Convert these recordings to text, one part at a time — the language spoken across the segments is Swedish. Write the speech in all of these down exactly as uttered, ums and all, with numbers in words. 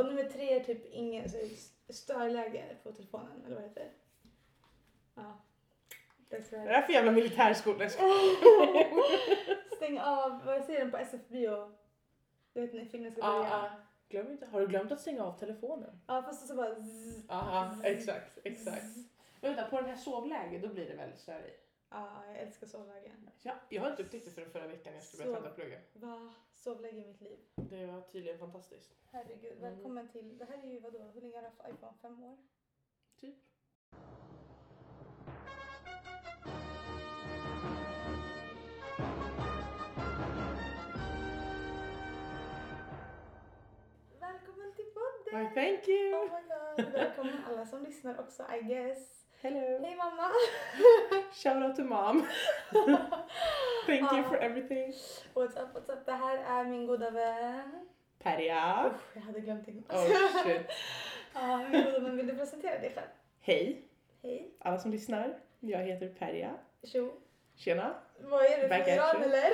Och nummer tre är typ ingen så störläge på telefonen, eller vad heter det? Ja. Det är därför jävla militärskola. Stäng av, vad säger de på S F B och du vet när filmen ska börja. Ah, ah. Glöm inte, har du glömt att stänga av telefonen? Ja, fast så bara zzz, Aha, zzz, exakt, exakt. zzz. Men vänta, på den här sovläget då blir det väldigt störigt. Ja, jag älskar sovlägen. Ja, jag har inte upptäckt det förrän förra veckan när jag skulle börja Så- tenta plugga. Va? Sovläge i mitt liv. Det var tydligen fantastiskt. Herregud, Mm. välkommen till, det här är ju vadå, hur länge har du haft iPhone? Fem år? Typ. Välkommen till podden! Why, thank you! Oh my god, välkommen alla som lyssnar också, I guess. Hello! Hej mamma! Shout out to mom! Thank you Ja. for everything! What's up, what's up? Det här är min goda vän. Perja! Usch, jag hade glömt det. Oh shit! Ja, min goda vän, vill du presentera dig själv? Hej Hej. alla som lyssnar. Jag heter Perja. Tjo. Tjena! Vad är det Back för at gran you. eller?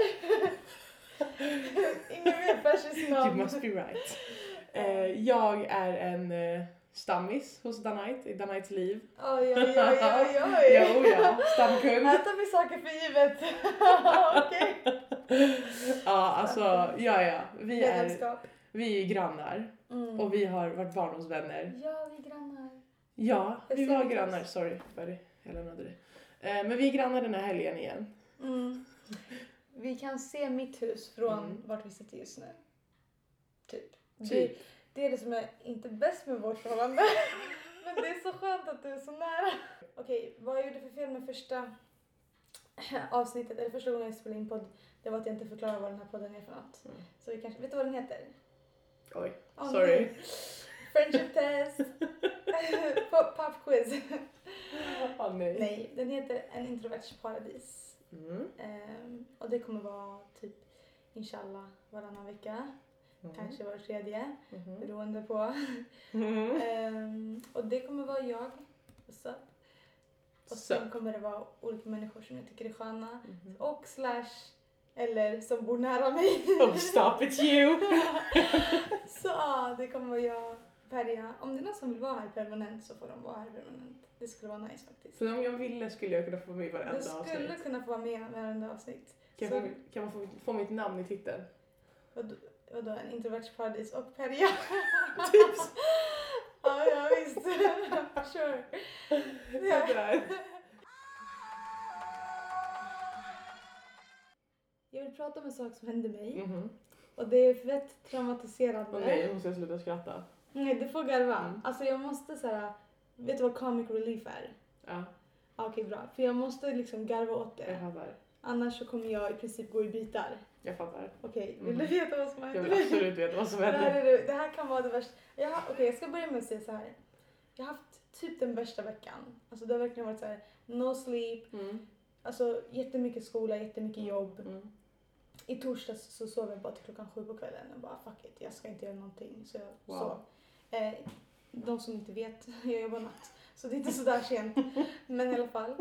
Ingen mer persiskt You namn. must be right. Eh, jag är en eh, stammis hos Danite i Danites liv. Oj, oj, oj, oj, oj. Jo, ja, stamkund. Här tar vi saker för givet. Okej. Ja, alltså, ja, ja. Vi är, Medlemskap. vi är grannar Mm. och vi har varit barndomsvänner. Ja, vi är grannar. Ja, vi Jag var ser grannar. det. Sorry, Barry. Jag lämnade det. Eh, men vi är grannar den här helgen igen. Mm. Vi kan se mitt hus från Mm. vart vi sitter just nu. Typ. Det, Typ. det är det som är inte bäst med vårt förhållande. Men det är så skönt att du är så nära. Okej, vad jag gjorde för fel med första avsnittet, eller första gången jag spelade in podd, det var att jag inte förklarade vad den här podden är för något. Mm. Så vi kanske, vet du vad den heter? Oj, Oh, sorry. nej. Friendship test. Pop, pop quiz. Åh nej. Nej, den heter En introverts paradis. Mm. Ehm, och det kommer vara typ inshallah varannan vecka. Mm. Kanske var tredje. Mhm. Beroende på. Mm. Ehm, och det kommer vara jag. What's up? Och Så. sen kommer det vara olika människor som jag tycker är sköna. Mhm. Och slash, eller som bor nära mig. Oh, stop it you! Så ja, det kommer vara jag, Perja. Om det är någon som vill vara här permanent så får de vara här permanent. Det skulle vara nice faktiskt. Så om jag ville skulle jag kunna få med i varenda Du skulle avsnitt. kunna få vara med i varenda avsnitt. Kan, Så- jag få, kan man få, få mitt namn i titeln? Vadå, vadå en introverts paradis och Perja? Typ. Ja, ja visst. Sure. Ja. Sådär. Jag vill prata om en sak som hände mig. Mhm. Och det är fett traumatiserande. Åh nej, måste jag sluta skratta? Nej, du får garva. Mm. Alltså jag måste såhär, vet du vad comic relief är? Ja, Ja, okej bra. För jag måste liksom garva åt jag det. fattar. Annars så kommer jag i princip gå i bitar. Jag fattar. Okej, Mm. vill du veta vad som Jag händer? vill absolut veta vad som Det här, händer. är, det här kan vara det värsta. Jag har, okej, jag ska börja med att säga så här. Jag har haft typ den värsta veckan. Alltså det har verkligen varit så här: no sleep. Mm. Alltså jättemycket skola, jättemycket jobb. Mm. I torsdags så sov jag bara till klockan sju på kvällen och bara fuck it, jag ska inte göra någonting. Så jag Wow. sov. Eh, de som inte vet, jag jobbar natt. Så det är inte så där sent. Men i alla fall.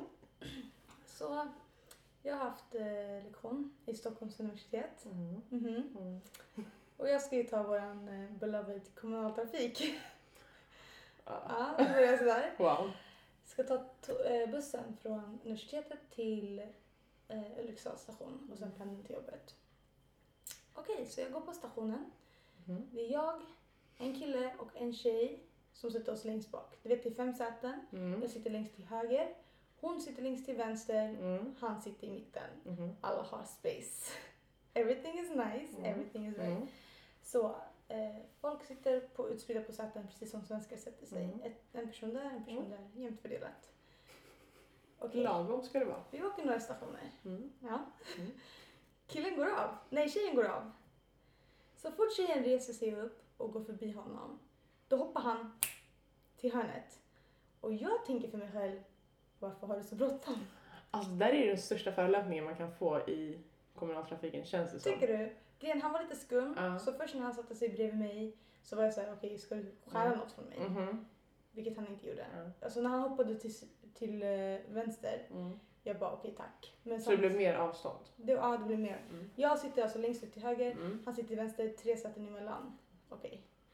Så jag har haft eh, lektion i Stockholms universitet. Mm. Mhm. Mm. Och jag ska ju ta våran eh, beloved kommunaltrafik. Ja. Ja, det börjar sådär. Wow. Ska ta to- eh, bussen från universitetet till eh, Ulriksdals station och sen pendla till jobbet. Okej, så jag går på stationen. Mhm. Det är jag, en kille och en tjej som sitter oss längst bak. Du vet, det är fem säten. Mm. Jag sitter längst till höger. Hon sitter längst till vänster. Mm. Han sitter i mitten. Mhm. Alla har space. Everything is nice. Mm. Everything is right. Mm. Så eh, folk sitter på, utspridda på säten precis som svenskar sätter sig. Mm. Ett, en person där, en person Mm. där. Jämnt fördelat. Okej, Lagom ska det vara. vi åker några stationer. Mm. Ja. Mm. Killen går av. Nej, tjejen går av. Så fort tjejen reser sig upp och går förbi honom, då hoppar han till hörnet. Och jag tänker för mig själv, varför har du så bråttom? Alltså där är den största förolämpningen man kan få i kommunaltrafiken, känns det som. Tycker du? Grejen, han var lite skum. Ja. Så först när han satte sig bredvid mig så var jag så här: okej, ska du skära Mm. något från mig? Mhm. Vilket han inte gjorde. Ja. Alltså när han hoppade till, till eh, vänster, Mm. jag bara okej tack. Men Så det blev mer avstånd. det, ja, det blev mer. Mm. Jag sitter alltså längst ut till höger, Mm. han sitter till vänster, tre säten emellan. Okej. S-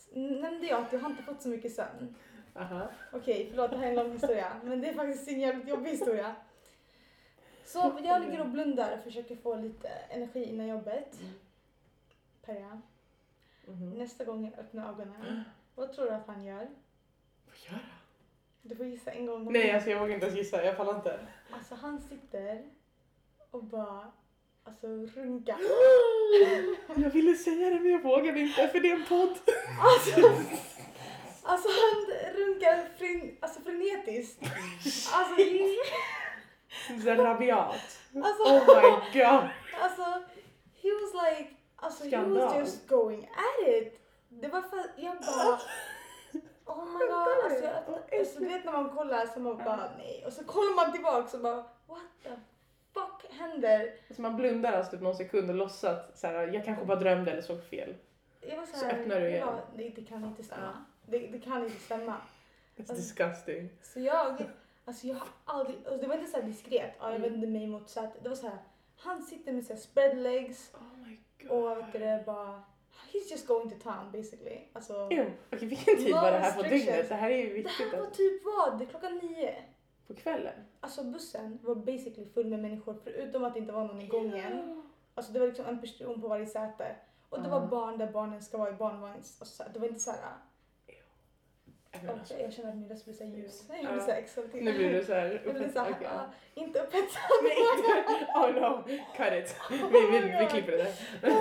nämnde jag att jag har inte fått så mycket sömn. Aha. Okej, förlåt, det här är en lång historia. Men det är faktiskt en jävligt jobbig historia. Så jag ligger och blundar och försöker få lite energi innan jobbet. Mm. Perja. Mm-hmm. Nästa gång jag öppnar ögonen, vad tror du att han gör? Vad gör han? Du får gissa en gång. Nej, alltså jag vågar inte ens gissa. Jag pallar inte. Alltså han sitter och bara, alltså runka. Jag ville säga det men jag vågade inte för det är en podd. Alltså, alltså han runkar fren, alltså frenetiskt. Alltså, Så rabiat. alltså, Oh my god. alltså he was like, alltså Skandal. he was just going at it. Det var för jag bara, oh my god. Alltså, jag, alltså du vet när man kollar så man bara nej. Och så kollar man tillbaka och bara, what the fuck händer? Alltså man blundar alltså typ någon sekund och låtsas så här, jag kanske bara drömde eller såg fel. Jag var så, Så här, öppnar du igen. jag bara, nej det kan inte stämma. Det, det kan inte stämma. It's disgusting. Så jag, alltså jag har aldrig, alltså det var inte så här diskret, ja, jag Mm. vände mig mot sätet. Det var så här, han sitter med så här spread legs Oh my god. och vet du det bara, he's just going to town basically. Alltså, Ew. Okej, vilken tid var det här på restrictions. dygnet? Det här är ju det viktigt. här var Att... typ vad? Det är klockan nio. På kvällen? Alltså bussen var basically full med människor förutom att det inte var någon i gången. Alltså det var liksom en person på varje säte. Och det var Mm. barn där barnen ska vara i barnvagns. Alltså, det var inte så här. Jag menar, Och jag känner att min röst blir så här ljus. Jag Ja. blir så här exalterad. nu blir du så här Jag blir så här, Okej. ah, inte upphetsad. Nej, inte. Oh no, cut it. Vi, vi, vi klipper det där.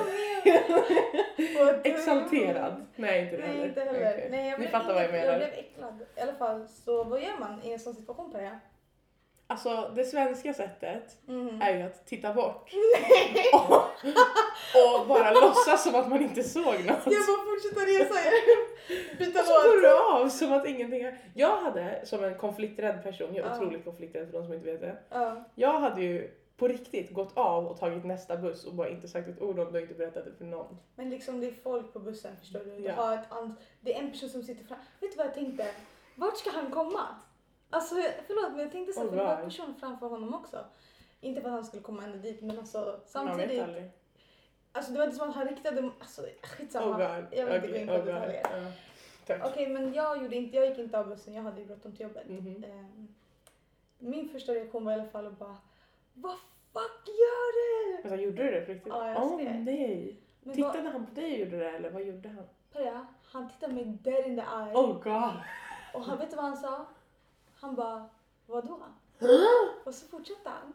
Och- Exalterad? Nej, inte det Nej, heller. inte heller. Okej. Nej, jag Ni blev, fattar vad jag jag menar. blev äcklad. I alla fall, så vad gör man i en sån situation, Perja? Alltså det svenska sättet Mm. är ju att titta bort. och, och bara låtsas som att man inte såg något. Ska jag bara fortsätta resa? Byta Och så går låt. du av som att ingenting har... Jag hade som en konflikträdd person, jag är Ja. otroligt konflikträdd för de som inte vet det. Ja. Jag hade ju på riktigt gått av och tagit nästa buss och bara inte sagt ett ord om det och inte berättat det för någon. Men liksom det är folk på bussen, förstår du? Ja. Du har ett and- det är en person som sitter fram. Vet du vad jag tänkte? Vart ska han komma? Alltså förlåt, men jag tänkte så här, All för det var en right. person framför honom också. Inte för att han skulle komma ända dit, men alltså Man vet samtidigt. aldrig. Alltså det var inte som att han riktade, alltså skitsamma. Oh god. Jag vill inte gå Okej, in på oh god. detaljer. Ja. Tack. Okej, men jag gjorde inte, jag gick inte av bussen, jag hade ju bråttom till jobbet. Mhm. Ehm, Min första reaktion var i alla fall att bara, vad fuck gör du? Alltså, gjorde du det på riktigt? Ja, jag Åh skrek. nej. Men Tittade vad, han på dig och gjorde det eller vad gjorde han? Perja, han tittade mig dead in the eye. Oh god. Och han vet du vad han sa? Han bara, vadå? Och så fortsatte han.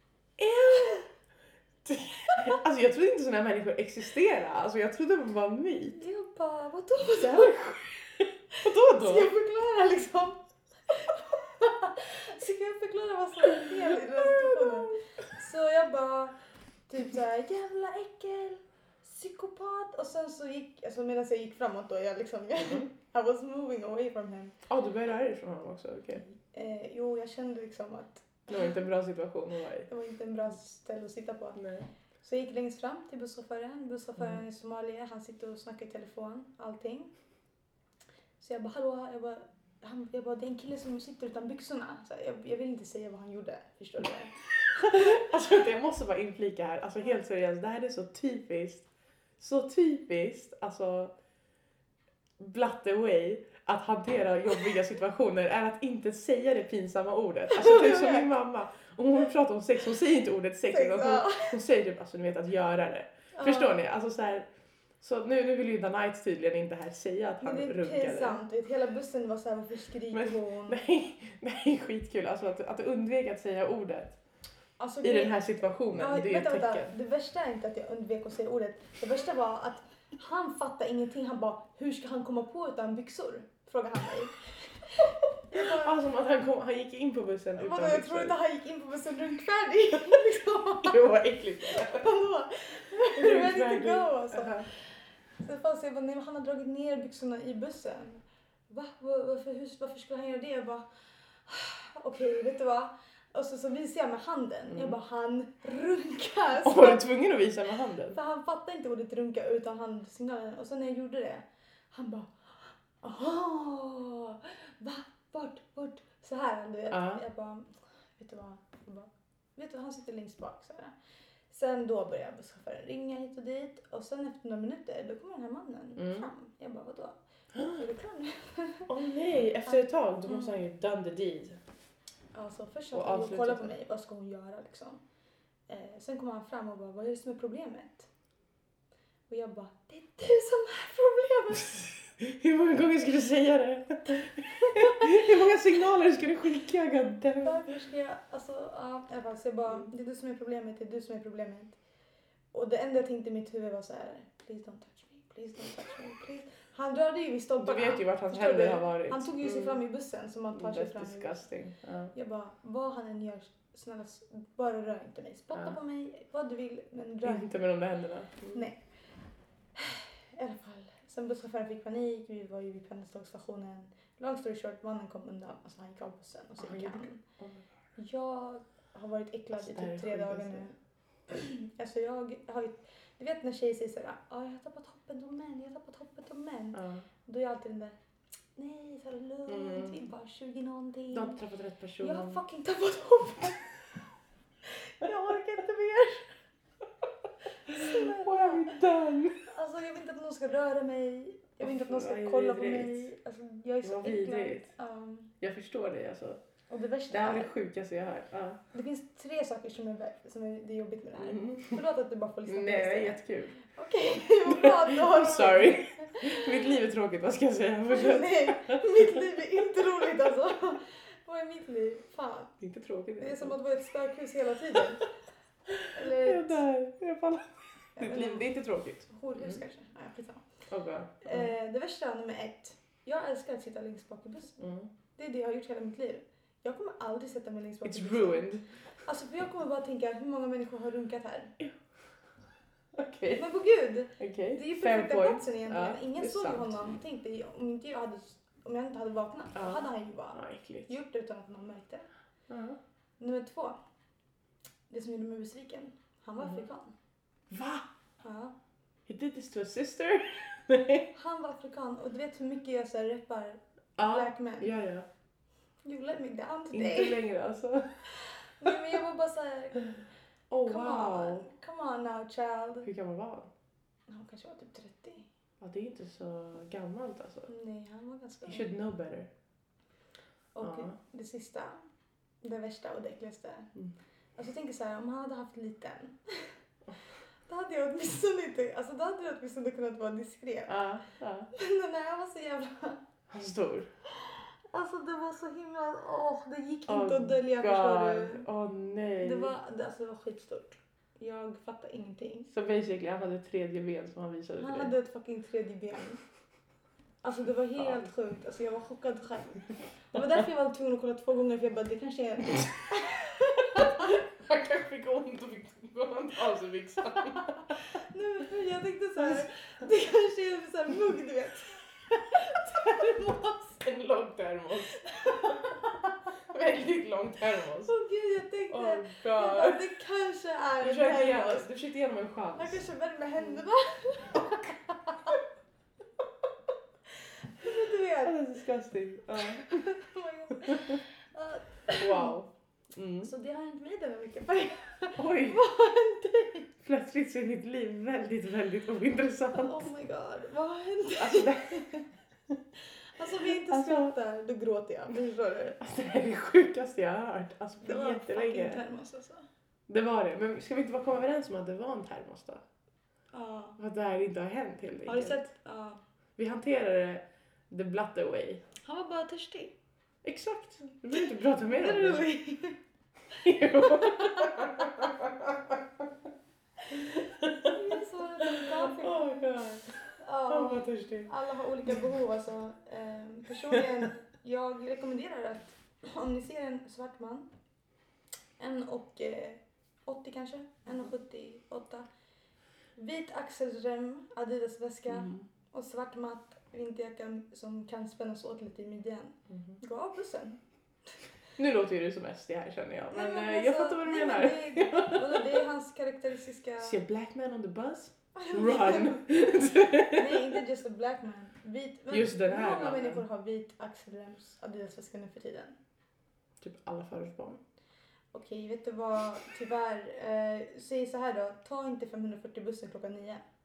Alltså jag trodde inte sådana här människor existerade. Alltså jag trodde det var en myt. Jag bara, vadå? Det här Vadå? var Vadå då? Ska jag förklara liksom? Ska jag förklara vad som är fel i den här situationen? Så jag bara, typ såhär, jävla äckel, psykopat. Och sen så gick, alltså medan jag gick framåt då, jag liksom, I was moving away from him. Ja, du började röra dig från honom också, okej. Eh, jo, jag kände liksom att Det var inte en bra situation att vara i. det var inte en bra ställe att sitta på. Nej. Så jag gick längst fram till busschauffören. Busschauffören Mm. i Somalia, han sitter och snackar i telefon, allting. Så jag bara, hallå, jag bara, han, jag bara, det är en kille som sitter utan byxorna. Så jag, jag vill inte säga vad han gjorde, förstår du? Alltså jag måste bara inflika här, alltså helt seriöst, det här är så typiskt. Så typiskt, alltså blatte way att hantera jobbiga situationer är att inte säga det pinsamma ordet. Alltså typ som min mamma, om hon pratar om sex, hon säger inte ordet sex, utan hon, hon säger typ, alltså ni vet att göra det. Förstår ni? Alltså så här, så nu, nu vill ju The Night tydligen inte här säga att han Men det är runkade. pinsamt, vet, hela bussen var såhär, varför skriker Men- hon? Nej, det här är skitkul, alltså att, att du undvek att säga ordet Alltså, i den här situationen, ja, det är vänta, ett vänta. tecken. Det värsta är inte att jag undvek att säga ordet. Det värsta var att han fattade ingenting. Han bara, hur ska han komma på utan byxor? Frågade han mig. Jag bara, Alltså som att han, kom, han gick in på bussen utan vadå, jag byxor. tror inte han gick in på bussen runkfärdig. liksom. Jo, vad äckligt. Vadå? Ready to go alltså. Aha. Så fast jag bara, nej men han har dragit ner byxorna i bussen. Va? Var, varför, hur, varför skulle han göra det? Jag bara, okej, vet du vad? Och så, så visar jag med handen. Mm. Jag bara, han runkar. Och var du tvungen att visa med handen? För han fattade inte ordet runka utan handsignalen. Och sen när jag gjorde det, han bara, aha, va? Vart? Vart? Så här, du vet. Ja. Jag bara, vet du vad? Jag bara, vet du vad? Han sitter längst bak. Så här. Sen då börjar busschauffören ringa hit och dit. Och sen efter några minuter, då kommer den här mannen Mm. fram. Jag bara, vadå? Är du klar nu? Åh oh, nej, efter ett tag då måste han ju done the deed. Alltså först Och satt han och avsluta kollade på det. mig. Vad ska hon göra liksom? Eh, sen kom han fram och bara, vad är det som är problemet? Och jag bara, det är du som är problemet. Hur många gånger ska du säga det? Hur många signaler ska du skicka? Goddamn. Varför ska jag, alltså, ja, i alla fall, så jag bara, det är du som är problemet, det är du som är problemet. Och det enda jag tänkte i mitt huvud var så här, please don't touch me, please don't touch me, please. Han rörde ju vid stolparna. Du vet ju vart hans Förstår händer du? har varit. Han tog ju sig fram i bussen som man tar sig That's fram i. disgusting. Ja. Jag bara, vad han än gör, snälla s- bara rör inte mig. Spotta Ja. på mig, vad du vill, men rör inte. Inte med de där händerna. Mm. Nej. I alla fall. Sen busschauffören fick panik, vi var ju vid pendeltågsstationen. Long story short, mannen kom undan. Alltså han gick av bussen och så Ah, gick ja. han. Oh. Jag har varit äcklad Alltså, i det här är typ tre dagar sjukaste. nu. Alltså jag har ju, du vet när tjejer säger såhär, ja jag har tappat hoppet om män, jag har tappat hoppet om män. Ja. Då är jag alltid den där, nej så är det lugnt, Mm. vi är bara tjugo någonting. Du har inte träffat rätt person. Jag har fucking tappat hoppet. Jag orkar inte mer. What have you done? Alltså jag vill inte att någon ska röra mig. Jag vill inte att någon ska Vad kolla på vidrigt. mig. Alltså jag är så Vad äcklad. vidrigt. Um, Jag förstår dig alltså. och det värsta Det här var är, det sjukaste jag hört. Ja. det finns tre saker som är, vä- som är, det är jobbigt med det här. Mm. Förlåt att du bara får lyssna på Nej, det är det. jättekul. Okej, vad bra att du har I'm sorry. Mitt liv är tråkigt, vad ska jag säga? Fortsätt. Nej, mitt liv är inte roligt alltså. Vad är mitt liv? Fan. Det är inte tråkigt. Det är som att vara i ett spökhus hela tiden. Eller Jag är ett där. Jag pallar. jag Ditt vet liv, inte, det är inte tråkigt. horhus Mm. kanske. Ja, skitsamma. Oh God. Eh, det värsta nummer ett. Jag älskar att sitta längst bak i bussen. Mm. Det är det jag har gjort hela mitt liv. Jag kommer aldrig sätta mig längst bak i It's bussen. ruined. Alltså för jag kommer bara tänka, hur många människor har runkat här? Okej. Men på gud, Okej. det är ju Fair perfekta point. platsen egentligen. Ja, det Ingen är såg ju sant. honom. Tänk dig, om, inte jag hade, om jag inte hade vaknat, Ja. då hade han ju bara Ja, äckligt. gjort det utan att någon märkte. Ja. Nummer två. Det som gjorde mig besviken. Han var Mhm. afrikan. Va? Ja. He did this to a sister? Nej. Han var afrikan och du vet hur mycket jag så här rappar Ja. black men. Ja, ja. You let me down Inte today. längre alltså. Nej men jag var bara såhär, Oh come wow. on, come on now child. Hur gammal var han? Han kanske var typ trettio. Ja, det är inte så gammalt alltså. Nej, han var ganska You ung. should know better. Och Ja. det sista, det värsta och det äckligaste. Mm. Alltså jag tänker så här, om han hade haft liten. Då hade jag åtminstone inte, alltså då hade jag åtminstone kunnat vara diskret. Ja, ja. Men när han var så jävla, Han stor. alltså det var så himla, åh det gick Oh inte att dölja förstår du. God. Åh nej. Det var, det, alltså det var skitstort. Jag fattar ingenting. Så basically han hade ett tredje ben som han visade Han för dig. hade ett fucking tredje ben. Alltså det var helt sjukt. Alltså jag var chockad själv. Det var därför jag var tvungen att kolla två gånger för jag bara det kanske är en... Han kanske fick ont och fick gå av sig byxan. Nej men för jag tänkte så här, det kanske är en sån här mugg du vet. Termos. En lång termos. Väldigt lång termos. Åh gud jag tänkte, Oh jag bara, god. det kanske är Du en försökte ge- termos. du försökte ge honom en chans. Han kanske värmer händerna. Men du vet. Det är disgusting. Ja. Oh my God. Uh, Wow. Mm. Så det har hänt mig väldigt mycket. Oj, Vad har hänt dig? plötsligt så är mitt liv väldigt, väldigt ointressant. Oh my god, vad har hänt dig? Alltså det, Alltså vi inte Alltså- skrattar, då gråter jag. Förstår du? alltså det här är det sjukaste jag har hört. Alltså Det på var en fucking jättelänge. termos alltså. Det var det. Men ska vi inte bara komma överens om att det var en termos då? Ja. Att det här inte har hänt helt Har du enkelt. sett? Ja. Vi hanterar det the blatte way. Han var bara törstig. Exakt. Vi behöver inte prata mer om det. Literally. Jo. Jag sa det till David. Oh god. Han Ja. var törstig. Alla har olika behov alltså. Ehm, personligen, jag rekommenderar att om ni ser en svart man, en och eh, åttio kanske, en och sjuttioåtta, vit axelrem, Adidas väska Mm. och svart matt vinterjacka som kan spännas åt lite i midjan. Mhm. Gå av bussen. Nu låter ju du som S D här känner jag. Men, Nej, eh, jag alltså, fattar vad du nej, menar. men Det, är- vadå, det är hans karaktäristiska... See a black man on the bus? Run! Nej, inte just a black man. Vit, men Just den här många mannen. människor har vit axelrems Adidas väska nu för tiden. Typ alla förortsbarn. Okej, vet du vad? Tyvärr. Eh, säg så här då. Ta inte femhundrafyrtio bussen klockan nio.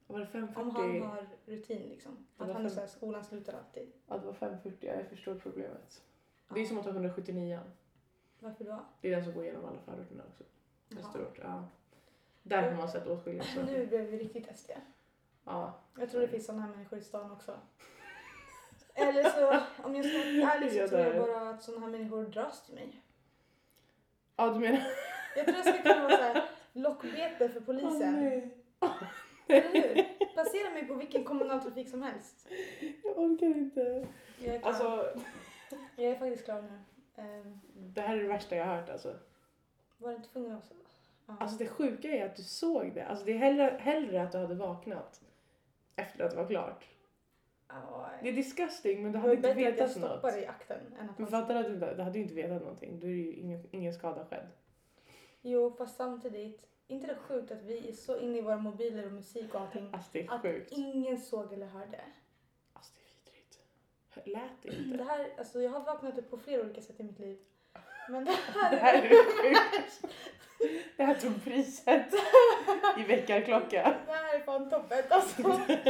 Var det fem Om fyrtio? han har rutin liksom. Det Att var han är fem- såhär, skolan slutar alltid. Ja, det var fem fyrtio. Jag förstår problemet. Det är Ja. som att ta hundrasjuttionio. Varför då? Det är den som går igenom alla förorterna också. Jaha. Västerort, ja. Där har man sett åtskilliga saker. Nu blev vi riktigt ästiga. Ja. Jag tror det finns sådana här människor i stan också. Eller så, om jag ska vara ärlig så Jag tror jag där. bara att sådana här människor dras till mig. Ja, du menar? Jag tror jag ska kunna vara såhär lockbete för Åh, polisen. nej. Eller hur? Placera mig på vilken kommunaltrafik som helst. Jag orkar inte. Jag är klar. Alltså, Jag är faktiskt klar nu. Um, det här är det värsta jag har hört alltså. var det inte tvungen också? Ja. Alltså det sjuka är att du såg det. Alltså det är hellre, hellre att du hade vaknat efter att det var klart. Ja, Det är disgusting, men du det hade var inte bättre att jag vetat något. stoppade i akten än att Men man... fattar du att du inte, du hade ju inte vetat någonting. Då är det ju ingen, ingen skada skedd. Jo, fast samtidigt. Inte det sjukt att vi är så inne i våra mobiler och musik och allting. Alltså det är Att sjukt. ingen såg eller hörde. Alltså det är vidrigt. Lät det inte. Det här, alltså jag har vaknat upp på flera olika sätt i mitt liv. Men det här, Det här är det sjukt. Det här tog priset i väckarklocka. det här är fan toppen alltså.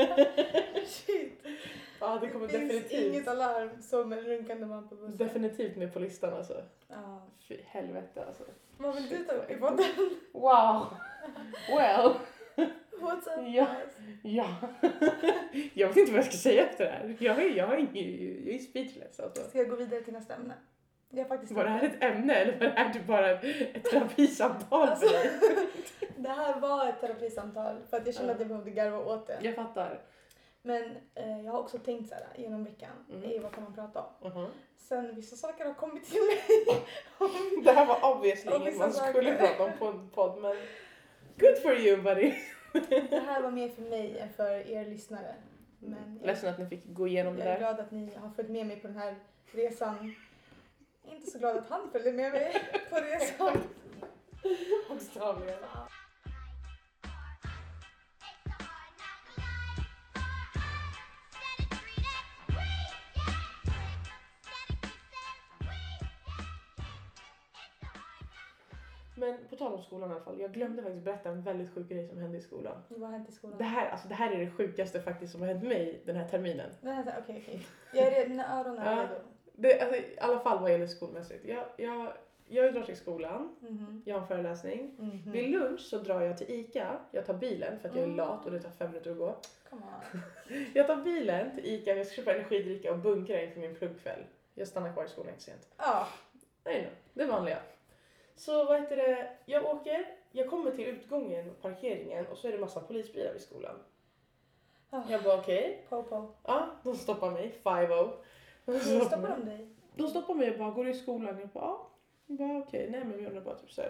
Shit. Ja, det kommer Det finns definitivt. inget alarm som en runkande man på bussen. Definitivt med på listan alltså. Ja. Fy helvete alltså. Vad vill du Shit, ta upp i vad- podden? Wow. Well. What's up Ja. guys? Ja. Jag vet inte vad jag ska säga efter det här. Jag är, jag är, ingen, jag är speechless alltså. Ska jag gå vidare till nästa ämne? Jag har faktiskt Var det här ett ämne eller var det här typ bara ett, ett terapisamtal Alltså, för dig? det här var ett terapisamtal för att jag kände Ja. att jag behövde garva åt det. Jag fattar. Men eh, jag har också tänkt så här genom veckan, Mm. mm. vad kan man prata om? Mhm. Sen vissa saker har kommit till mig. Det här var obviously Och inget vissa man skulle saker. prata om på en podd, men good for you buddy. Det här var mer för mig än för er lyssnare. Men jag, Ledsen att ni fick gå igenom det jag är där. glad att ni har följt med mig på den här resan. Inte så glad att han följde med mig på resan. Bokstavligen. Men på tal om skolan i alla fall. Jag glömde faktiskt berätta en väldigt sjuk grej som hände i skolan. Vad har hänt i skolan? Det här, alltså, det här är det sjukaste faktiskt som har hänt mig den här terminen. Nej, vänta, okej, okej. Jag är redo, mina öron är Ja. redo. Det, alltså, i alla fall vad gäller skolmässigt. Jag, jag, jag drar till skolan. Mhm. Jag har en föreläsning. Mhm. Vid lunch så drar jag till Ica. Jag tar bilen för att jag är Mm. lat och det tar fem minuter att gå. Come on. Jag tar bilen till Ica. Jag ska köpa energidricka och bunkra inför min pluggkväll. Jag stannar kvar i skolan inte sent. Ja. Nej, no, det vanliga. Så vad heter det? Jag åker. Jag kommer till utgången, parkeringen och så är det massa polisbilar vid skolan. Ah. Jag bara okej. Po, po. Ja, de stoppar mig. five oh. De Hur stoppar de dig? De stoppar mig och bara, går du i skolan? Jag bara, ja. Jag bara, okej. Nej, men vi undrar bara typ så här.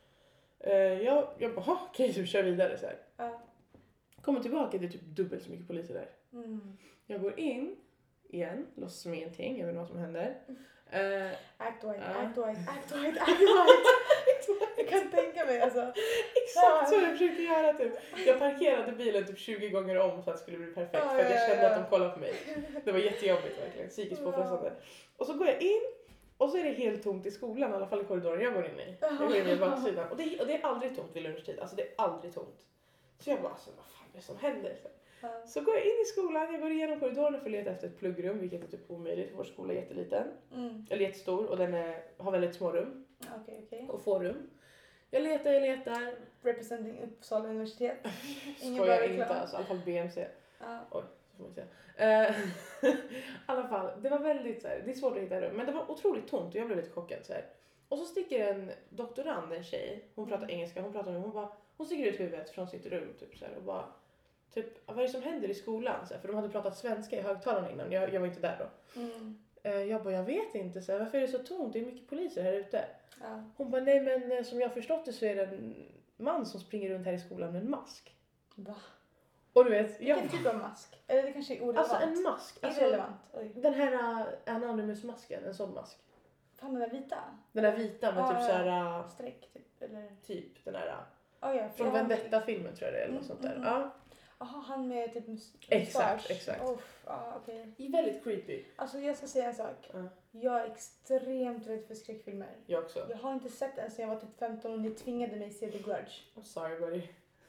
Eh, jag, jag bara, "Ha, okej, så vi kör vidare så här. Ja. Kommer tillbaka, det är typ dubbelt så mycket poliser där. Mm. Jag går in igen, låtsas som ingenting, jag vet inte vad som händer. Eh, Act white, Ja. act white, act white, act white. Jag kan tänka mig alltså. Exakt så jag försökte göra typ. Jag parkerade bilen typ tjugo gånger om så att det skulle bli perfekt. Ja, För att jag ja, kände ja. att de kollade på mig. Det var jättejobbigt verkligen, psykiskt Ja. påfrestande. Och så går jag in och så är det helt tomt i skolan, i alla fall i korridoren jag går in i. Jag går in i baksidan. Och det, och det är aldrig tomt vid lunchtid, alltså det är aldrig tomt. Så jag bara, alltså, vad fan är det som händer? Så, Ja. så går jag in i skolan, jag går igenom korridoren och får leta efter ett pluggrum, vilket är typ omöjligt. Vår skola är jätteliten, Mm. eller jättestor och den är, har väldigt små rum Okej, okej. och få rum. Jag letar, jag letar. Representing Uppsala universitet. Ingen bra Skojar reklam. inte, alltså, i alla fall B M C. Ja. Oj, så får man säga. Eh, I alla fall, det var väldigt så här, det är svårt att hitta rum, men det var otroligt tomt och jag blev lite chockad så här. Och så sticker en doktorand, en tjej, hon pratar engelska, hon pratar med hon bara, hon sticker ut huvudet från sitt rum typ så här och bara typ, vad är det som händer i skolan? Så här, för de hade pratat svenska i högtalarna innan, jag, jag var inte där då. Mm. Eh, jag bara, jag vet inte, så här, varför är det så tomt? Det är mycket poliser här ute. Ja. Hon bara, nej men eh, som jag har förstått det så är det en man som springer runt här i skolan med en mask. Va? Och du vet, jag Vilken typ av mask? Eller det kanske är orelevant. alltså en mask. Alltså, Irrelevant. Oj. den här uh, Anonymous-masken, en sån mask. Fan, den där vita? Den där vita med Ja, typ ja. såhär, uh, Streck typ, eller? typ den här, uh, Oh, ja, från ja, Vendetta-filmen tror jag det är, eller något Mm, sånt där. mm, Ja, Jaha, han med typ mus- Exakt, mustasch. exakt. Oh, ja, okej. okay. Väldigt creepy. Alltså jag ska säga en sak. Ja. Jag är extremt rädd för skräckfilmer. Jag också. Jag har inte sett en sedan jag var typ femton och ni tvingade mig se The Grudge. I'm sorry buddy.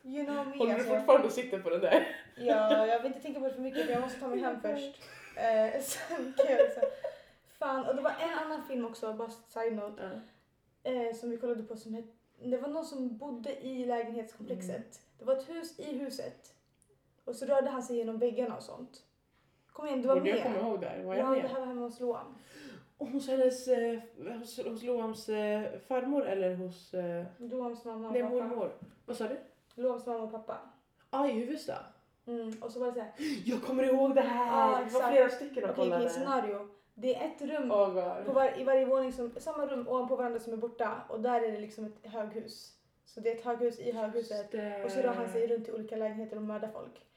You know me. Håller du alltså. fortfarande och sitter på den där? Ja, jag vill inte tänka på det för mycket för jag måste ta mig hem först. Eh, sen kan jag liksom... Fan, och det var en annan film också, bara side note. Ja. Eh, som vi kollade på som hette... Det var någon som bodde i lägenhetskomplexet. Mm. Det var ett hus i huset. Och så rörde han sig genom väggarna och sånt. Kom igen, du var Borde med. jag komma ihåg där? Var Ja, jag med? det här var hemma hos Loam. Och hos hennes, eh, hos, hos Loams eh, farmor eller hos... Eh, Loams mamma och nej, pappa. mormor. Vad sa du? Loams mamma och pappa. Ah, i Huvudsta. Mm, och så var det så här. Jag kommer ihåg det här! Ja, det var exakt. flera stycken Okej, att kolla okej, det. scenario. Det är ett rum Oh God. på var, i varje våning, som, samma rum ovanpå varandra som är borta. Och där är det liksom ett höghus. Så det är ett höghus i höghuset. Och så rör han sig runt i olika lägenheter och mördar folk.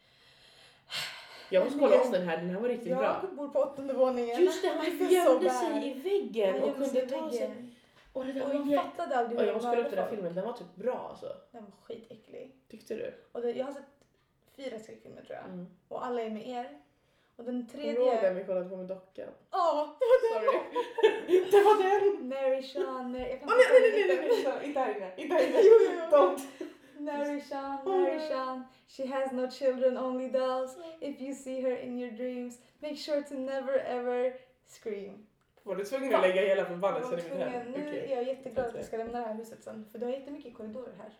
Jag måste kolla om den här, den här var riktigt bra. Jag bor på åttonde våningen. Just det, han I feel gömde so sig bad. i väggen Han och gömde kunde sig i ta sig... väggen. Och det där Och var de jätte... fattade aldrig Och hur jag de måste kolla upp mördade den här folk. filmen, den var typ bra alltså. Den var skitäcklig. Tyckte du? Och det, jag har sett fyra skräckfilmer tror jag. Mm. Och alla är med er. Och den Kommer du ihåg tredje... den vi kollade på med dockan? Ja, det var den! Sorry. Det var den! Mary Sean, Mary... Jag kan Åh inte nej, säga nej, nej, lite. nej, nej, inte här inne, inte här inne. Jo, jo, jo. Don't. Mary Sean, Mary Sean, she has no children, only dolls. If you see her in your dreams, make sure to never ever scream. Var du tvungen att lägga hela Jag var förbannelsen i mitt tvungen- hem? Nu Okej. är jag jätteglad att jag ska lämna det här huset sen. För det har jättemycket korridorer här.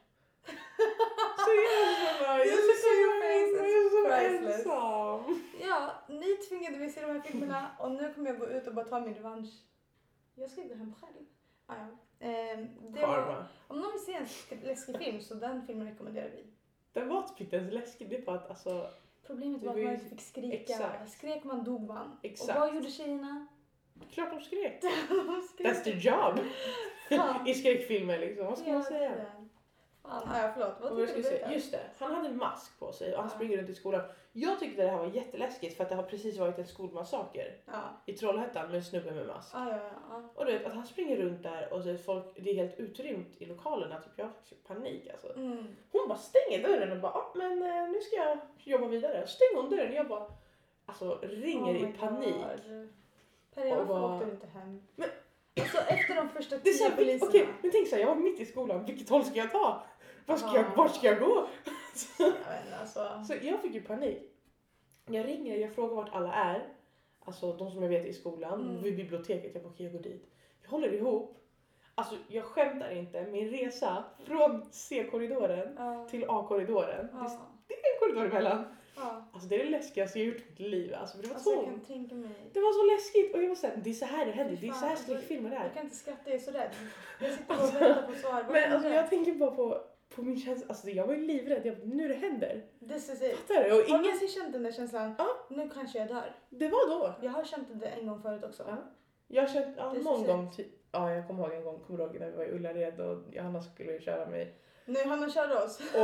Så jävla... Jag You är look så, at your face, jag är så priceless. ensam. Ja, ni tvingade mig se de här filmerna och nu kommer jag gå ut och bara ta min revansch. Jag ska gå hem själv. Ah, ja. ehm, det var, Karma. om någon vill se en typ läskig film så den filmen rekommenderar vi. Den var typ inte ens läskig, det är bara att alltså... Problemet Det var var att man ju- inte fick skrika. exakt. Skrek man dog man. Exakt. Och vad gjorde tjejerna? Klart de skrek. De skrek. That's their job. Fan. I skräckfilmer liksom, vad ska man Ja, säga? det där. Fan, ah, ja, förlåt. Vad Och vad tycker ska du jag säga? berätta? Just det, han hade en mask på sig och han Ja. springer runt i skolan. Jag tyckte det här var jätteläskigt för att det har precis varit en skolmassaker Ja, i Trollhättan med en snubbe med mask. ah, ja, ja, ja. Och du vet att han springer runt där och så är folk, det är helt utrymt i lokalerna, typ jag fick panik alltså. Mm. Hon bara stänger dörren och bara, ah, men eh, nu ska jag jobba vidare. Stänger hon dörren och jag bara, alltså ringer Oh i my panik. God. Perry, Och varför bara- åkte du inte hem? Men- Så efter de första Det är så tio här, vilk- poliserna. okej, men tänk så här, jag var mitt i skolan, vilket håll ska jag ta? Vart ska jag, Ah. vart ska jag gå? Jag vet inte, alltså. Så jag fick ju panik. Jag ringer, jag frågar vart alla är. Alltså de som jag vet är i skolan, Mm. vid biblioteket. Jag bara, okej jag går dit. Vi håller ihop. Alltså jag skämtar inte, min resa från C-korridoren Ja. till A-korridoren. Det Ja. är en korridor emellan. Ja. Alltså det är det läskigaste jag gjort i mitt liv. Alltså för det var Alltså jag tomt. kan tänka mig. Det var så läskigt och jag var såhär, det är så här det händer. Fy Det är fan, så här alltså, skräckfilmer Jag är. kan inte skratta, jag är så rädd. Jag sitter och Alltså, väntar på svar. Vad Men händer? alltså jag tänker bara på, på min känsla. Alltså jag var ju livrädd. Jag bara, nu det händer. This is it. Fattar du? Och Har du ingen... någonsin känt den där känslan? Ja. Nu kanske jag dör. Det var då. Jag har känt det en gång förut också. Ja. Jag har känt, ja, Det är någon så gång, ty- ja jag kommer ihåg en gång, kommer du ihåg när vi var i Ullared och Johanna skulle ju köra mig. Nu Hanna körde oss. Och,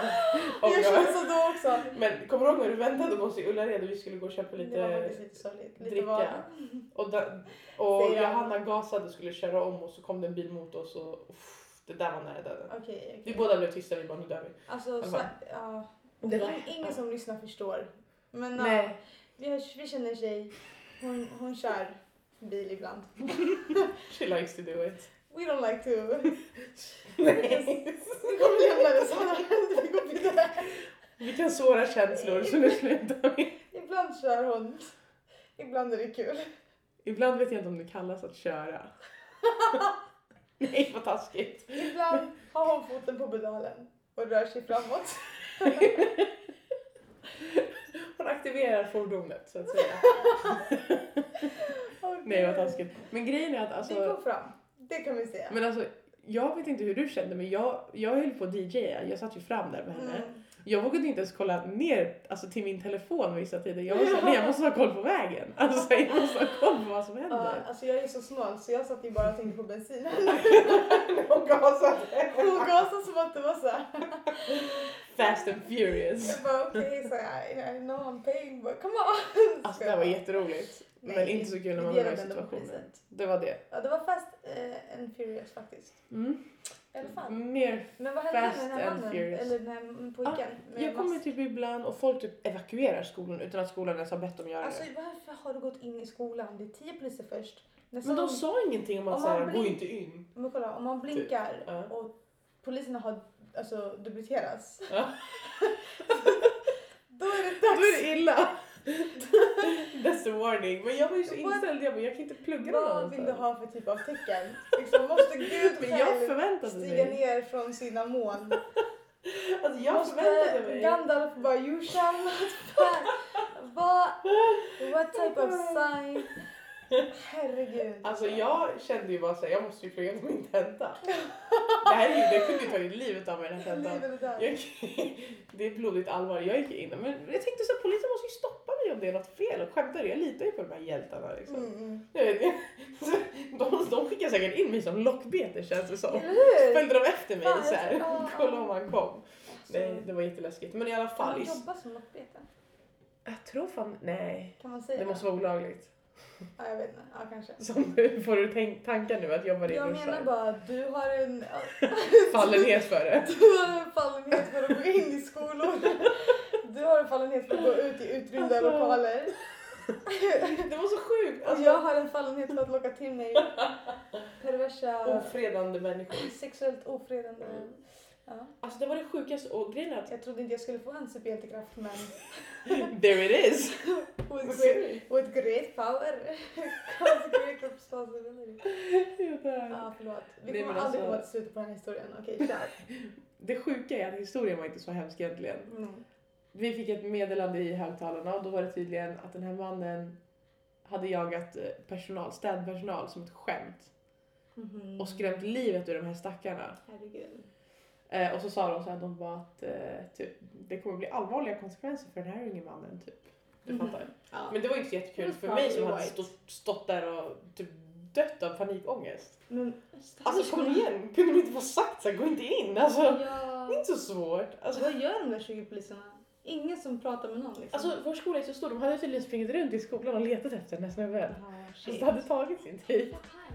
och jag jag, kände så då också. men kommer du ihåg när du väntade på oss i Ullared och vi skulle gå och köpa Det var lite faktiskt lite sorgligt. Lite dricka? vardag. Och, da, och Säger han. Johanna gasade och skulle köra om och så kom det en bil mot oss och uff, det där var nära döden. Okej, okej. Vi båda blev tysta, vi bara nu dör vi. Alltså, så, Alla. ja. Det var- Ing- Ingen som lyssnar förstår. Men ja, Nej. vi, vi känner en tjej. Hon, hon kör bil ibland. She likes to do it. We don't like to. Nej. Vi kommer lämna det så här. Vi går vidare. Vilka svåra känslor så nu slutar vi. Ibland kör hon. Ibland är det kul. Ibland vet jag inte om det kallas att köra. Nej vad taskigt. Ibland har hon foten på pedalen och rör sig framåt. Hon aktiverar fordonet så att säga. Okay. Nej vad taskigt. Men grejen är att Vi alltså, går fram. Det kan vi säga. men alltså jag vet inte hur du kände men jag, jag höll på D J. Jag satt ju fram där med henne. Mm. Jag vågade inte ens kolla ner alltså, till min telefon vissa tider. Jag var såhär, nej jag måste ha koll på vägen. Alltså jag måste ha koll på vad som Ja, händer. alltså jag är så snål så jag satt ju bara och tänkte på bensinen. Och gasade. Hon gasade som att det var så här. Fast and furious. Jag bara okej, okay, så I, I know I'm paying but come on. Alltså det här var jätteroligt. Nej, men inte så kul när man vi var i delade ändå på situationen. priset. Det var det. Ja, det var Fast eh, and Furious faktiskt. Mm. I alla fall. Mer. Men vad hände Fast med den här and mannen? Furious. Eller den här pojken? med Jag kommer mask? typ ibland och folk typ evakuerar skolan utan att skolan ens har bett dem göra Alltså det. varför har du gått in i skolan? Det är tio poliser först. Nästa Men de gång- sa ingenting om att Om såhär, man gå blink- inte in. Men kolla, om man blinkar ja. och poliserna har alltså, debuteras. Ja. Då är det dags. Då är det illa. That's the warning. Men jag var ju så inställd, jag bara, jag kan inte plugga någon Vad vill du ha för typ av tecken? Liksom, måste Gud Men jag själv förväntade stiga mig. ner från sina moln? Alltså jag förväntade Måste mig. Gandalf bara, you shall not pass. Vad? What type of sign? Herregud. Alltså jag kände ju bara såhär, jag måste ju plugga på min tenta. Det här är ju, det kunde ju tagit livet av mig den här tentan. Livet är där. Jag, det är blodigt allvar, jag gick in. Men jag tänkte så här, polisen måste ju stoppa mig om det är något fel. Och skämtar, jag litar ju på de här hjältarna liksom. Mm, mm. Jag vet inte. De, de skickar säkert in mig som lockbete, känns det som. Eller hur? Följde de efter mig Fan, så här, ja. kolla om han kom. Så- Nej, det var jätteläskigt. Men i alla Kan fall. man i- jobba som lockbete? Jag tror fan, nej. Kan man säga Det måste vara olagligt. Ja, jag vet inte. Ja, kanske. Som nu får du tänk, tankar nu att jobba i Jag bussar. menar bara att du har en... Fallenhet för det. Du har en fallenhet för att gå in i skolor. Du har en fallenhet för att gå ut i utrymda Alltså. lokaler. Det var så sjukt. Och Alltså, jag har en fallenhet för att locka till mig perversa, ofredande människor. sexuellt ofredande. Ja. Alltså det var det sjukaste. Och grejen är att Jag trodde inte jag skulle få en superhjältekraft, men there it is. with great, with great power comes great responsibility. Ja, förlåt. Vi Nej, kommer men aldrig alltså- komma till slutet på den här historien. Okej, kör. Det sjuka är att historien var inte så hemsk egentligen. Mm. Vi fick ett meddelande i högtalarna och då var det tydligen att den här mannen hade jagat eh, personal, städpersonal som ett skämt. Mhm. Och skrämt livet ur de här stackarna. Herregud. Eh, och så sa de så här, de bara att eh, typ, det kommer bli allvarliga konsekvenser för den här unge mannen. Typ. Du Mhm. fattar. Ja. Men det var inte så jättekul It was för mig som probably hade white. stått, stått där och typ dött av panikångest. Men, Alltså kom igen, kunde de inte få sagt så här, gå inte in. Alltså, det Ja. är inte så svårt. Alltså, Vad gör de där tjugo poliserna? Ingen som pratar med någon liksom. alltså vår skola är så stor, de hade tydligen sprungit runt i skolan och letat efter den här snubben. Ah, Alltså, shit. det hade tagit sin tid.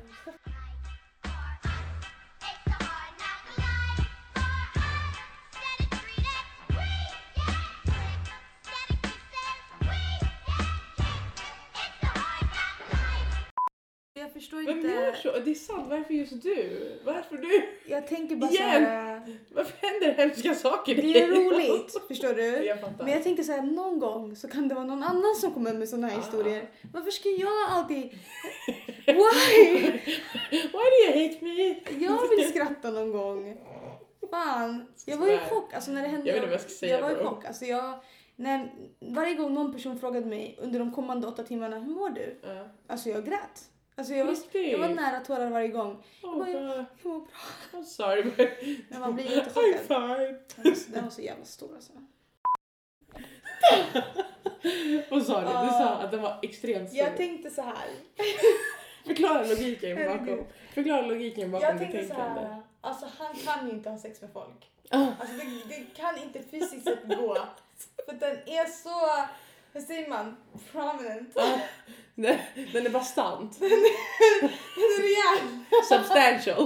Jag förstår Vem inte. gör så? Det är sant, varför just du? Varför du? Jag tänker bara Igen. såhär. Varför händer hemska saker? Det är roligt, förstår du? Jag fattar. Men jag tänker såhär, någon gång så kan det vara någon annan som kommer med såna här Ah. historier. Varför ska jag alltid... Why? Why do you hate me? Jag vill skratta någon gång. Fan. Jag var i Sådär. chock alltså när det hände. Jag vet inte vad jag ska säga, Jag var i bro. chock. Alltså jag... När, varje gång någon person frågade mig under de kommande åtta timmarna, hur mår du? Ja. Alltså jag grät. Alltså jag var, Riktigt? jag var nära tårar varje gång. Oh, Jag God. Jag mår bra. I'm sorry but Men man blir inte I'm chockad. fine. Den var, den var så jävla stor alltså. Vad sa du? Du Ah. sa att den var extremt stor. Jag tänkte så här. Förklara logiken bakom. Herregud. Förklara logiken bakom Jag ditt tänkte så tänkande. här. Alltså han kan ju inte ha sex med folk. Ah. Alltså det, det kan inte fysiskt sett gå. För den är så, hur säger man, prominent. Ah. Den den är bastant. Den är rejäl. Substantial.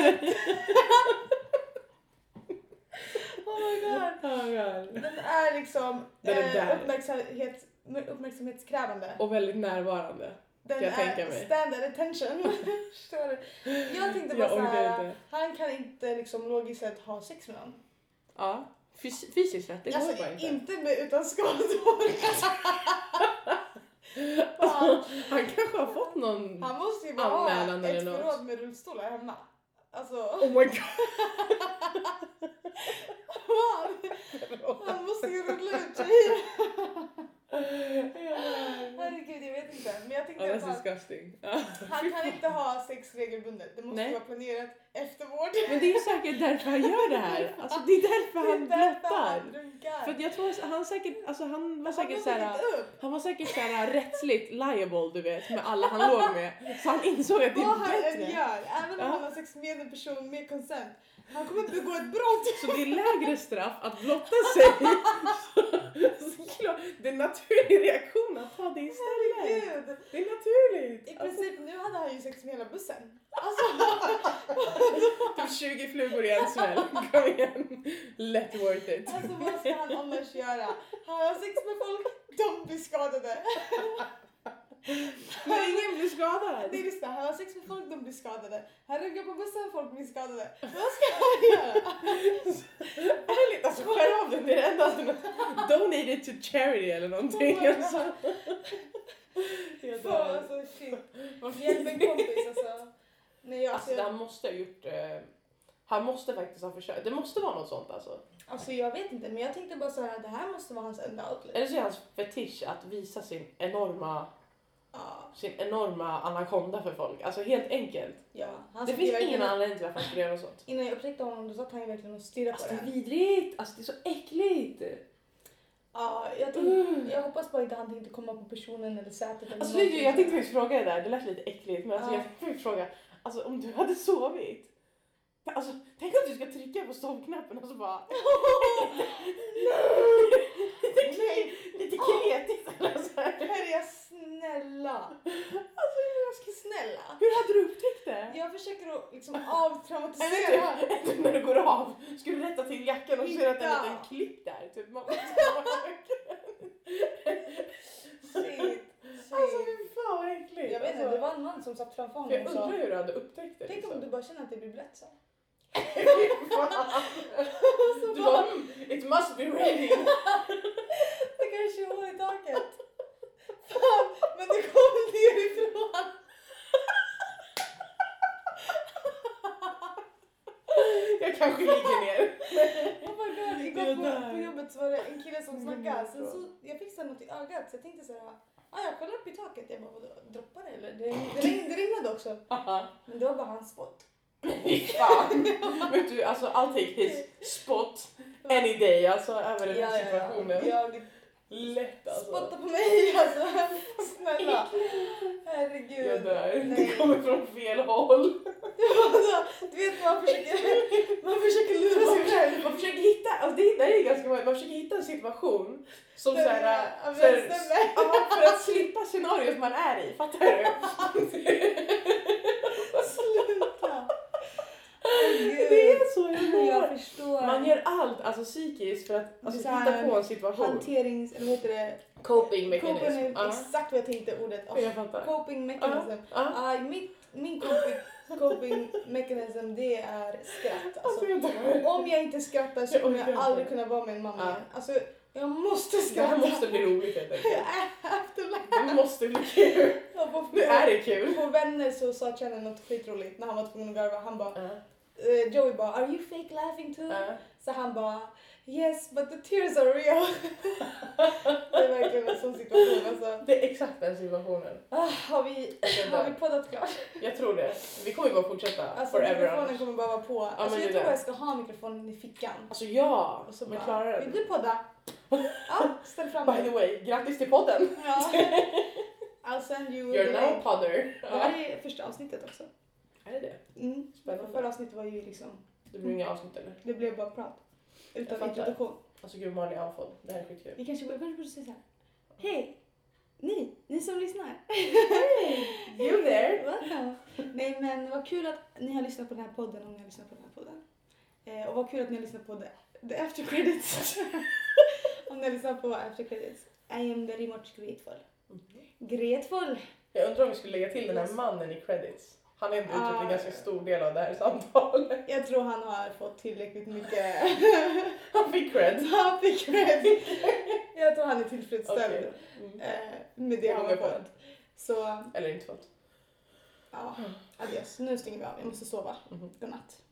Oh my god. Oh, God. Den är liksom Den är eh, där. uppmärksamhet, uppmärksamhetskrävande. Och väldigt närvarande. Den kan jag är tänka mig. standard attention. Förstår du? Jag tänkte bara Jag så orkar här. inte. Han kan inte liksom logiskt sett ha sex med någon. Ja. Fys- fysiskt sett, det går Alltså bara inte. inte med, utan skador. Alltså, han kanske har fått någon... Han måste ju bara ha Anmälan ett eller något. förråd med rullstolar hemma. Alltså, Oh my God. han, han måste ju rulla ut sig. Herregud, jag vet inte. Men jag Oh, tänkte that's att disgusting. han kan inte ha sex regelbundet. Det måste Nej. vara planerat eftervård. Men det är ju säkert därför han gör det här. Alltså det är därför Det är han därför blottar. han drunkar. För att jag tror han säkert, alltså han var säkert han såhär, har gett upp. han var säkert såhär rättsligt liable du vet med alla han låg med. Så han insåg att det Vad han är än bättre. gör, även om Ja. han har sex med en person med consent, han kommer begå ett brott. Så det är lägre straff att blotta sig. Såklart, det är en naturlig reaktion att ta det istället. Herregud. Det är naturligt. I Alltså, princip, nu hade han ju sex med hela bussen. Alltså, typ tjugo flugor i en smäll. Kom igen. Lätt worth it. alltså vad ska han annars göra? Han har sex med folk, de blir skadade. Men ingen blir skadad. Nej, lyssna, han har sex med folk, de blir skadade. Han ryggar på bussen, folk blir skadade. Vad ska han göra? Ärligt, alltså skär av den, det är det enda alternativet. Donate it to charity eller någonting. Alltså. Jag Fan, alltså shit. Hjälp en kompis alltså. Nej, jag, alltså alltså, han måste ha gjort... Eh, han måste faktiskt ha försökt. Det måste vara något sånt alltså. alltså jag vet inte, men jag tänkte bara så här, det här måste vara hans enda outlet. Eller så är hans fetisch att visa sin enorma... Ja. Sin enorma anakonda för folk. Alltså helt enkelt. Ja, han Det satt finns ju verkligen- ingen anledning till varför han skulle göra något sånt. Innan jag upptäckte honom då satt han ju verkligen och stirrade Alltså på det är det. vidrigt. Alltså det är så äckligt. Ja, jag, tänkte, jag hoppas bara inte han tänkte komma på personen eller sätet eller Alltså någonting. jag tänkte faktiskt fråga det där. Det lät lite äckligt. Men alltså Ja. jag tänkte faktiskt fråga. Alltså om du hade sovit. Alltså tänk att du ska trycka på stoppknappen och så bara... Nej, Lite kletigt eller så här. Perja, snälla. Alltså jag ska... Snälla. Hur hade du upptäckt det? Jag försöker att liksom Eller avtraumatisera. typ, typ när du går av, ska du rätta till jackan och så ser du att det är en Ja. liten klipp där. Typ. Man Shit, alltså shit. fy fan vad äckligt. Jag vet inte, Alltså, det var en man som satt framför honom jag och undrar sa. hur du hade upptäckt det. Tänk Liksom. om du bara känner att det blir blött så. Du bara, mm, it must be raining. Det kanske är hår i taket. Fan, men det kommer nerifrån. Jag kanske ligger ner. Oh my god, igår Det på, där. på jobbet så var det en kille som Mm, snackade. Sen bra. så, jag fick så här något i ögat så jag tänkte så här. Ah, jag kollade upp i taket. Jag bara, vadå, droppar det eller? Det, det, regn, det regnade också. Men det var bara hans spott. Fy fan. Vet du, alltså I'll take his spot any day. Alltså över den här situationen. Jag Lätt alltså. spottar på mig alltså. Snälla. Herregud. Jag dör. Det Nej. kommer från fel håll. Du vet man försöker, man försöker lura sig själv. Man försöker hitta, alltså det där är ganska många, man försöker hitta en situation som Den- såhär, ja, men såhär, det stämmer. ja, för att slippa scenariot man är i, fattar du? Sluta. Det är så Jag jag förstår. Man gör allt, alltså psykiskt för att alltså, Det är så här hitta på en situation. hanterings, eller vad heter det? Coping mechanism. Coping är Ja. exakt vad jag tänkte ordet. Oh, Jag fattar. coping mechanism. Ja. Ah, mitt, min coping, coping mechanism det är skratt. Alltså Alltså, jag dör. om jag inte skrattar så Jag kommer orkar jag inte. aldrig kunna vara med en mamma Ja. igen. Alltså, jag måste Det skratta. här måste bli roligt helt enkelt. I have to laugh. Det måste bli kul. Och på, Nu är det kul. på vänner så sa Chanel något skitroligt när han var tvungen att garva. Han bara, Ja. eh, Joey bara, are you fake laughing too? Ja. Så han bara, yes but the tears are real. Det är verkligen en sån situation alltså. Det är exakt den situationen. Ah, har, vi, har vi poddat klart? Jag tror det. Vi kommer ju bara fortsätta Alltså forever mikrofonen annars. kommer bara vara på. Alltså, men jag det tror är bara det. jag ska ha mikrofonen i fickan. Alltså ja, Och så men bara, klarar vill det. du podda? Ja, ställ fram By the dig. way, grattis till podden. Ja. I'll send you You're the now link. podder. Det här är första avsnittet också. Är det det? Mm. Spännande. Förra avsnittet var ju liksom, Det blir inga avsnitt eller? det blev bara prat. Jag Utan fattar. introduktion. Alltså gud, Malin är avfådd. Det här är skitkul. Vi kanske borde, borde säga såhär. Hej! Ni, ni som lyssnar. You there? Welcome. Nej men vad kul att ni har lyssnat på den här podden om ni har lyssnat på den här podden. Eh, och vad kul att ni har lyssnat på the, the after credits. Om ni har lyssnat på after credits. I am very much grateful. Grateful. Jag undrar om vi skulle lägga till den här mannen i credits. Han har ändå utgjort Ah. en ganska stor del av det här samtalet. Jag tror han har fått tillräckligt mycket. Han fick cred. Han fick cred. Jag tror han är tillfredsställd Okej. Mm. eh, med det Jag han går har med på det. fått. Så Eller inte fått. ja, adios. Nu stänger vi av. Jag måste sova. Mhm. Godnatt.